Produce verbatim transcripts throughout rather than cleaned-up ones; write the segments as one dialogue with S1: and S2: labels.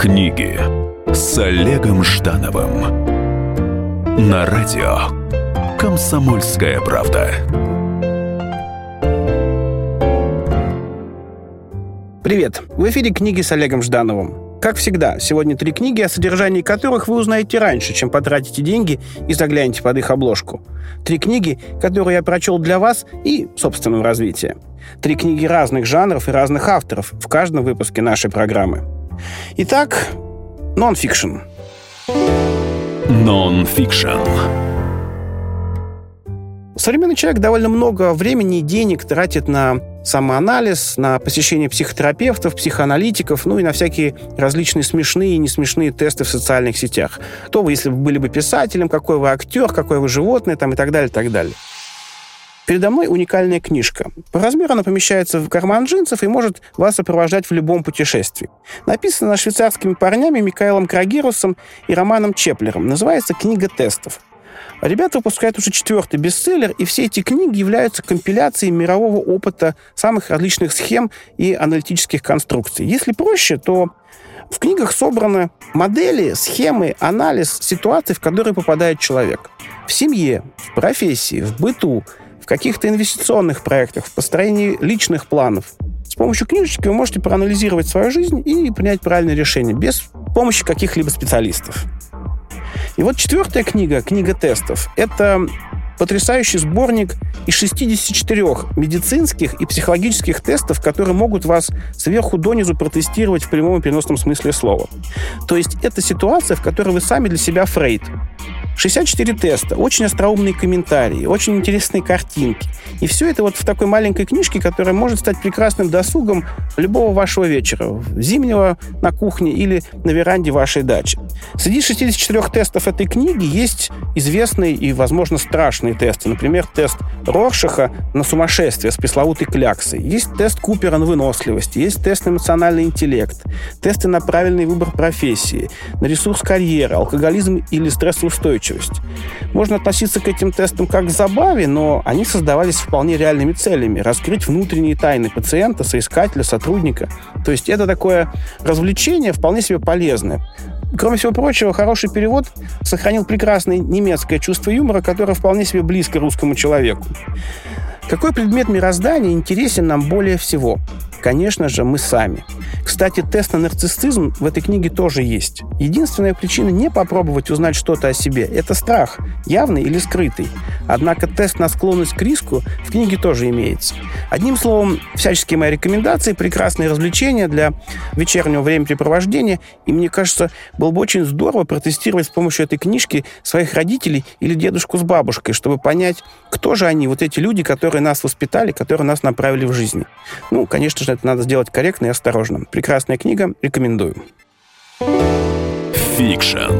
S1: Книги с Олегом Ждановым на радио «Комсомольская правда».
S2: Привет! В эфире «Книги с Олегом Ждановым». Как всегда, сегодня три книги, о содержании которых вы узнаете раньше, чем потратите деньги и заглянете под их обложку. Три книги, которые я прочел для вас и собственного развития. Три книги разных жанров и разных авторов в каждом выпуске нашей программы. Итак, нон-фикшн.
S1: Нон-фикшн.
S2: Современный человек довольно много времени и денег тратит на самоанализ, на посещение психотерапевтов, психоаналитиков, ну и на всякие различные смешные и несмешные тесты в социальных сетях. Кто вы, если вы были бы писателем, какой вы актер, какое вы животное, там, и так далее, и так далее. Передо мной уникальная книжка. По размеру она помещается в карман джинсов и может вас сопровождать в любом путешествии. Написана швейцарскими парнями Микаэлом Крагерусом и Романом Чеплером. Называется «Книга тестов». Ребята выпускают уже четвертый бестселлер, и все эти книги являются компиляцией мирового опыта самых различных схем и аналитических конструкций. Если проще, то в книгах собраны модели, схемы, анализ ситуаций, в которые попадает человек. В семье, в профессии, в быту, в каких-то инвестиционных проектах, в построении личных планов. С помощью книжечки вы можете проанализировать свою жизнь и принять правильное решение без помощи каких-либо специалистов. И вот четвертая книга, книга тестов, это потрясающий сборник из шестидесяти четырёх медицинских и психологических тестов, которые могут вас сверху донизу протестировать в прямом и переносном смысле слова. То есть это ситуация, в которой вы сами для себя Фрейд. шестьдесят четыре теста, очень остроумные комментарии, очень интересные картинки. И все это вот в такой маленькой книжке, которая может стать прекрасным досугом любого вашего вечера, зимнего на кухне или на веранде вашей дачи. Среди шестидесяти четырёх тестов этой книги есть известные и, возможно, страшные тесты. Например, тест Роршаха на сумасшествие с пресловутой кляксой. Есть тест Купера на выносливость, есть тест на эмоциональный интеллект, тесты на правильный выбор профессии, на ресурс карьеры, алкоголизм или стрессоустойчивость. Можно относиться к этим тестам как к забаве, но они создавались вполне реальными целями – раскрыть внутренние тайны пациента, соискателя, сотрудника. То есть это такое развлечение вполне себе полезное. Кроме всего прочего, хороший перевод сохранил прекрасное немецкое чувство юмора, которое вполне себе близко русскому человеку. Какой предмет мироздания интересен нам более всего? Конечно же, мы сами. Кстати, тест на нарциссизм в этой книге тоже есть. Единственная причина не попробовать узнать что-то о себе – это страх, явный или скрытый. Однако тест на склонность к риску в книге тоже имеется. Одним словом, всяческие мои рекомендации – прекрасные развлечения для вечернего времяпрепровождения, и мне кажется, было бы очень здорово протестировать с помощью этой книжки своих родителей или дедушку с бабушкой, чтобы понять, кто же они, вот эти люди, которые нас воспитали, которые нас направили в жизни. Ну, конечно же, это надо сделать корректно и осторожно. Прекрасная книга, рекомендую.
S1: Фикшн.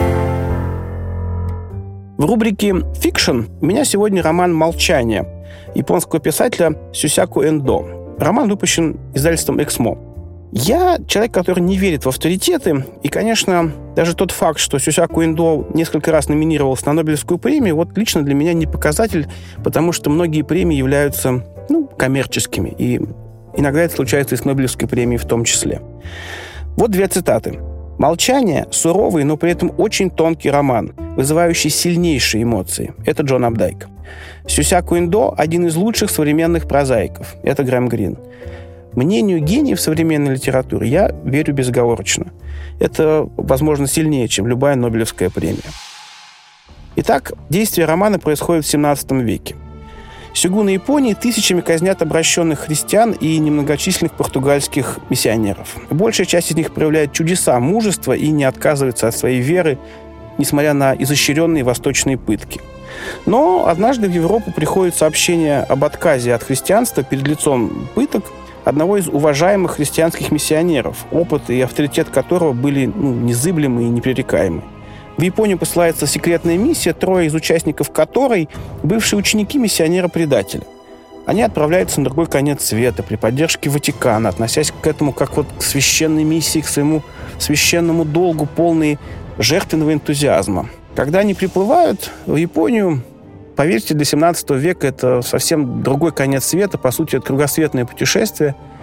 S2: В рубрике «Фикшн» у меня сегодня роман «Молчание» японского писателя Сюсяку Эндо. Роман выпущен издательством «Эксмо». Я человек, который не верит в авторитеты, и, конечно, даже тот факт, что Сюсяку Эндо несколько раз номинировался на Нобелевскую премию, вот лично для меня не показатель, потому что многие премии являются, ну, коммерческими, и иногда это случается и с Нобелевской премией в том числе. Вот две цитаты. «Молчание» — суровый, но при этом очень тонкий роман, вызывающий сильнейшие эмоции. Это Джон Апдайк. Сюсяку Эндо — один из лучших современных прозаиков. Это Грэм Грин. Мнению гениев современной литературы я верю безоговорочно. Это, возможно, сильнее, чем любая Нобелевская премия. Итак, действие романа происходит в семнадцатом веке. Сёгуны Японии тысячами казнят обращенных христиан и немногочисленных португальских миссионеров. Большая часть из них проявляет чудеса мужества и не отказывается от своей веры, несмотря на изощренные восточные пытки. Но однажды в Европу приходит сообщение об отказе от христианства перед лицом пыток одного из уважаемых христианских миссионеров, опыт и авторитет которого были ну, незыблемы и непререкаемы. В Японию посылается секретная миссия, трое из участников которой – бывшие ученики миссионера-предателя. Они отправляются на другой конец света при поддержке Ватикана, относясь к этому как вот к священной миссии, к своему священному долгу, полные жертвенного энтузиазма. Когда они приплывают в Японию, поверьте, для семнадцатого века это совсем другой конец света, по сути, это кругосветное путешествие.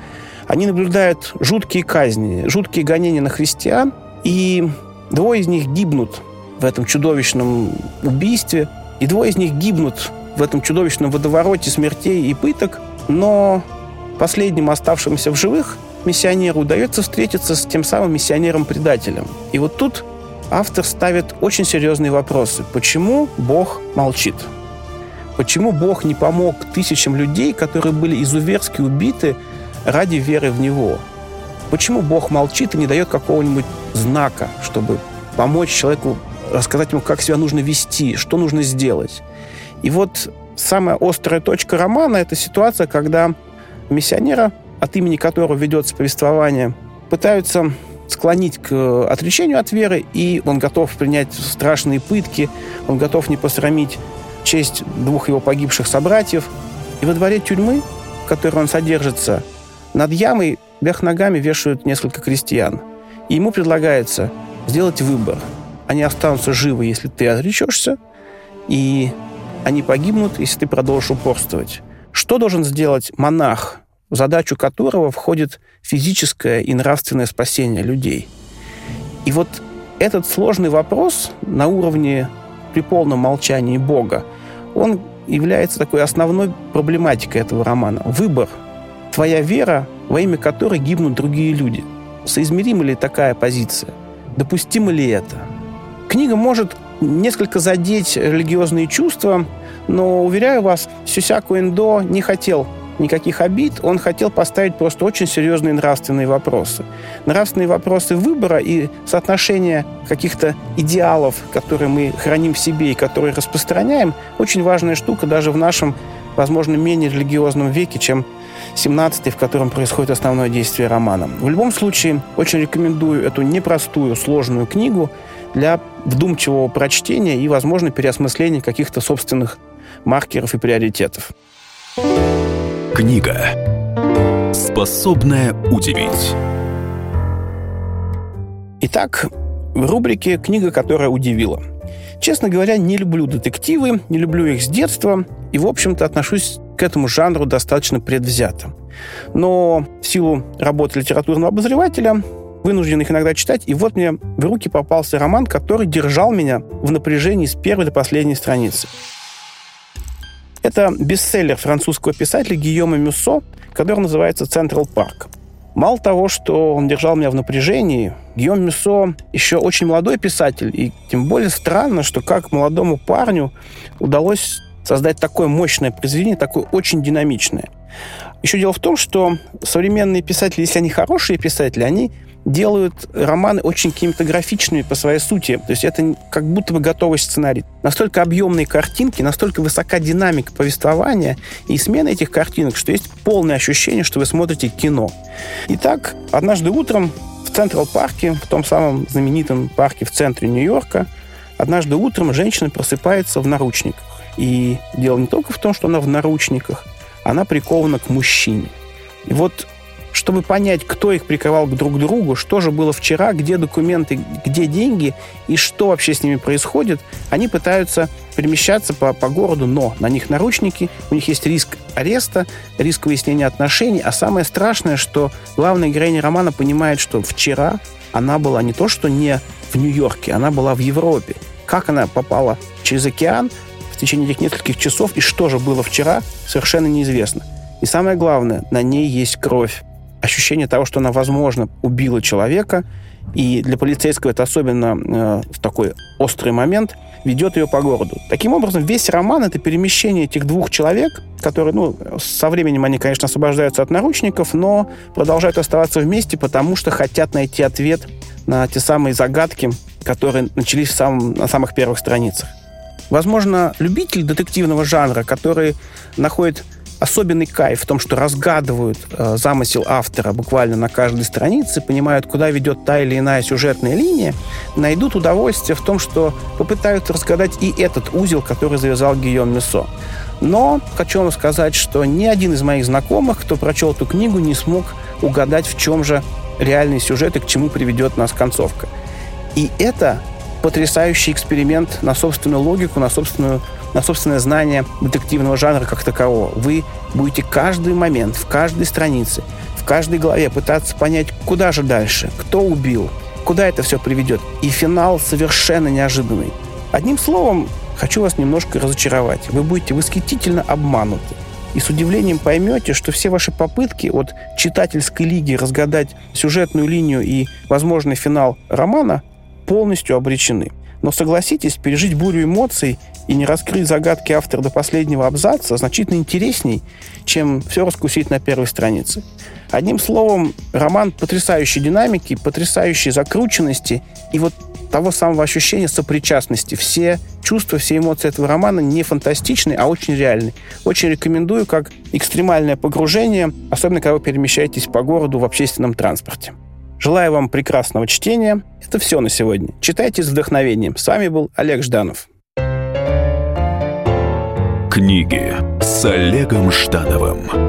S2: Они наблюдают жуткие казни, жуткие гонения на христиан, и двое из них гибнут в этом чудовищном убийстве, и двое из них гибнут в этом чудовищном водовороте смертей и пыток, но последнему оставшемуся в живых миссионеру удается встретиться с тем самым миссионером-предателем. И вот тут автор ставит очень серьезные вопросы. Почему Бог молчит? Почему Бог не помог тысячам людей, которые были изуверски убиты ради веры в Него? Почему Бог молчит и не дает какого-нибудь знака, чтобы помочь человеку, рассказать ему, как себя нужно вести, что нужно сделать? И вот самая острая точка романа – это ситуация, когда миссионера, от имени которого ведется повествование, пытаются склонить к отречению от веры, и он готов принять страшные пытки, он готов не посрамить честь двух его погибших собратьев. И во дворе тюрьмы, в которой он содержится, над ямой вверх ногами вешают несколько крестьян. И ему предлагается сделать выбор. Они останутся живы, если ты отречешься, и они погибнут, если ты продолжишь упорствовать. Что должен сделать монах, в задачу которого входит физическое и нравственное спасение людей? И вот этот сложный вопрос на уровне при полном молчании Бога, он является такой основной проблематикой этого романа. Выбор. Твоя вера, во имя которой гибнут другие люди. Соизмерима ли такая позиция? Допустимо ли это? Книга может несколько задеть религиозные чувства, но, уверяю вас, Сюсяку Эндо не хотел никаких обид, он хотел поставить просто очень серьезные нравственные вопросы. Нравственные вопросы выбора и соотношения каких-то идеалов, которые мы храним в себе и которые распространяем, очень важная штука даже в нашем, возможно, менее религиозном веке, чем семнадцатый, в котором происходит основное действие романа. В любом случае, очень рекомендую эту непростую, сложную книгу для вдумчивого прочтения и, возможно, переосмысления каких-то собственных маркеров и приоритетов.
S1: Книга, способная удивить.
S2: Итак, в рубрике «Книга, которая удивила». Честно говоря, не люблю детективы, не люблю их с детства и, в общем-то, отношусь к этому жанру достаточно предвзято. Но в силу работы литературного обозревателя вынужден их иногда читать, и вот мне в руки попался роман, который держал меня в напряжении с первой до последней страницы. Это бестселлер французского писателя Гийома Мюссо, который называется «Централ Парк». Мало того, что он держал меня в напряжении, Гийом Мюссо еще очень молодой писатель, и тем более странно, что как молодому парню удалось создать такое мощное произведение, такое очень динамичное. Еще дело в том, что современные писатели, если они хорошие писатели, они делают романы очень кинематографичными по своей сути. То есть это как будто бы готовый сценарий. Настолько объемные картинки, настолько высока динамика повествования и смена этих картинок, что есть полное ощущение, что вы смотрите кино. Итак, однажды утром в Централ-парке, в том самом знаменитом парке в центре Нью-Йорка, однажды утром женщина просыпается в наручниках. И дело не только в том, что она в наручниках, она прикована к мужчине. И вот чтобы понять, кто их приковал друг к другу, что же было вчера, где документы, где деньги и что вообще с ними происходит, они пытаются перемещаться по, по городу, но на них наручники, у них есть риск ареста, риск выяснения отношений, а самое страшное, что главная героиня романа понимает, что вчера она была не то, что не в Нью-Йорке, она была в Европе. Как она попала через океан в течение этих нескольких часов и что же было вчера, совершенно неизвестно. И самое главное, на ней есть кровь. Ощущение того, что она, возможно, убила человека, и для полицейского это особенно э, в такой острый момент, ведет ее по городу. Таким образом, весь роман — это перемещение этих двух человек, которые, ну, со временем они, конечно, освобождаются от наручников, но продолжают оставаться вместе, потому что хотят найти ответ на те самые загадки, которые начались в самом, на самых первых страницах. Возможно, любители детективного жанра, которые находят особенный кайф в том, что разгадывают э, замысел автора буквально на каждой странице, понимают, куда ведет та или иная сюжетная линия, найдут удовольствие в том, что попытаются разгадать и этот узел, который завязал Гийом Мюссо. Но хочу вам сказать, что ни один из моих знакомых, кто прочел эту книгу, не смог угадать, в чем же реальный сюжет и к чему приведет нас концовка. И это потрясающий эксперимент на собственную логику, на собственную на собственное знание детективного жанра как такового. Вы будете каждый момент, в каждой странице, в каждой главе пытаться понять, куда же дальше, кто убил, куда это все приведет. И финал совершенно неожиданный. Одним словом, хочу вас немножко разочаровать. Вы будете восхитительно обмануты. И с удивлением поймете, что все ваши попытки от читательской лиги разгадать сюжетную линию и возможный финал романа полностью обречены. Но согласитесь, пережить бурю эмоций и не раскрыть загадки автора до последнего абзаца значительно интересней, чем все раскусить на первой странице. Одним словом, роман потрясающей динамики, потрясающей закрученности и вот того самого ощущения сопричастности. Все чувства, все эмоции этого романа не фантастичны, а очень реальны. Очень рекомендую как экстремальное погружение, особенно когда вы перемещаетесь по городу в общественном транспорте. Желаю вам прекрасного чтения. Это все на сегодня. Читайте с вдохновением. С вами был Олег Жданов.
S1: Книги с Олегом Ждановым.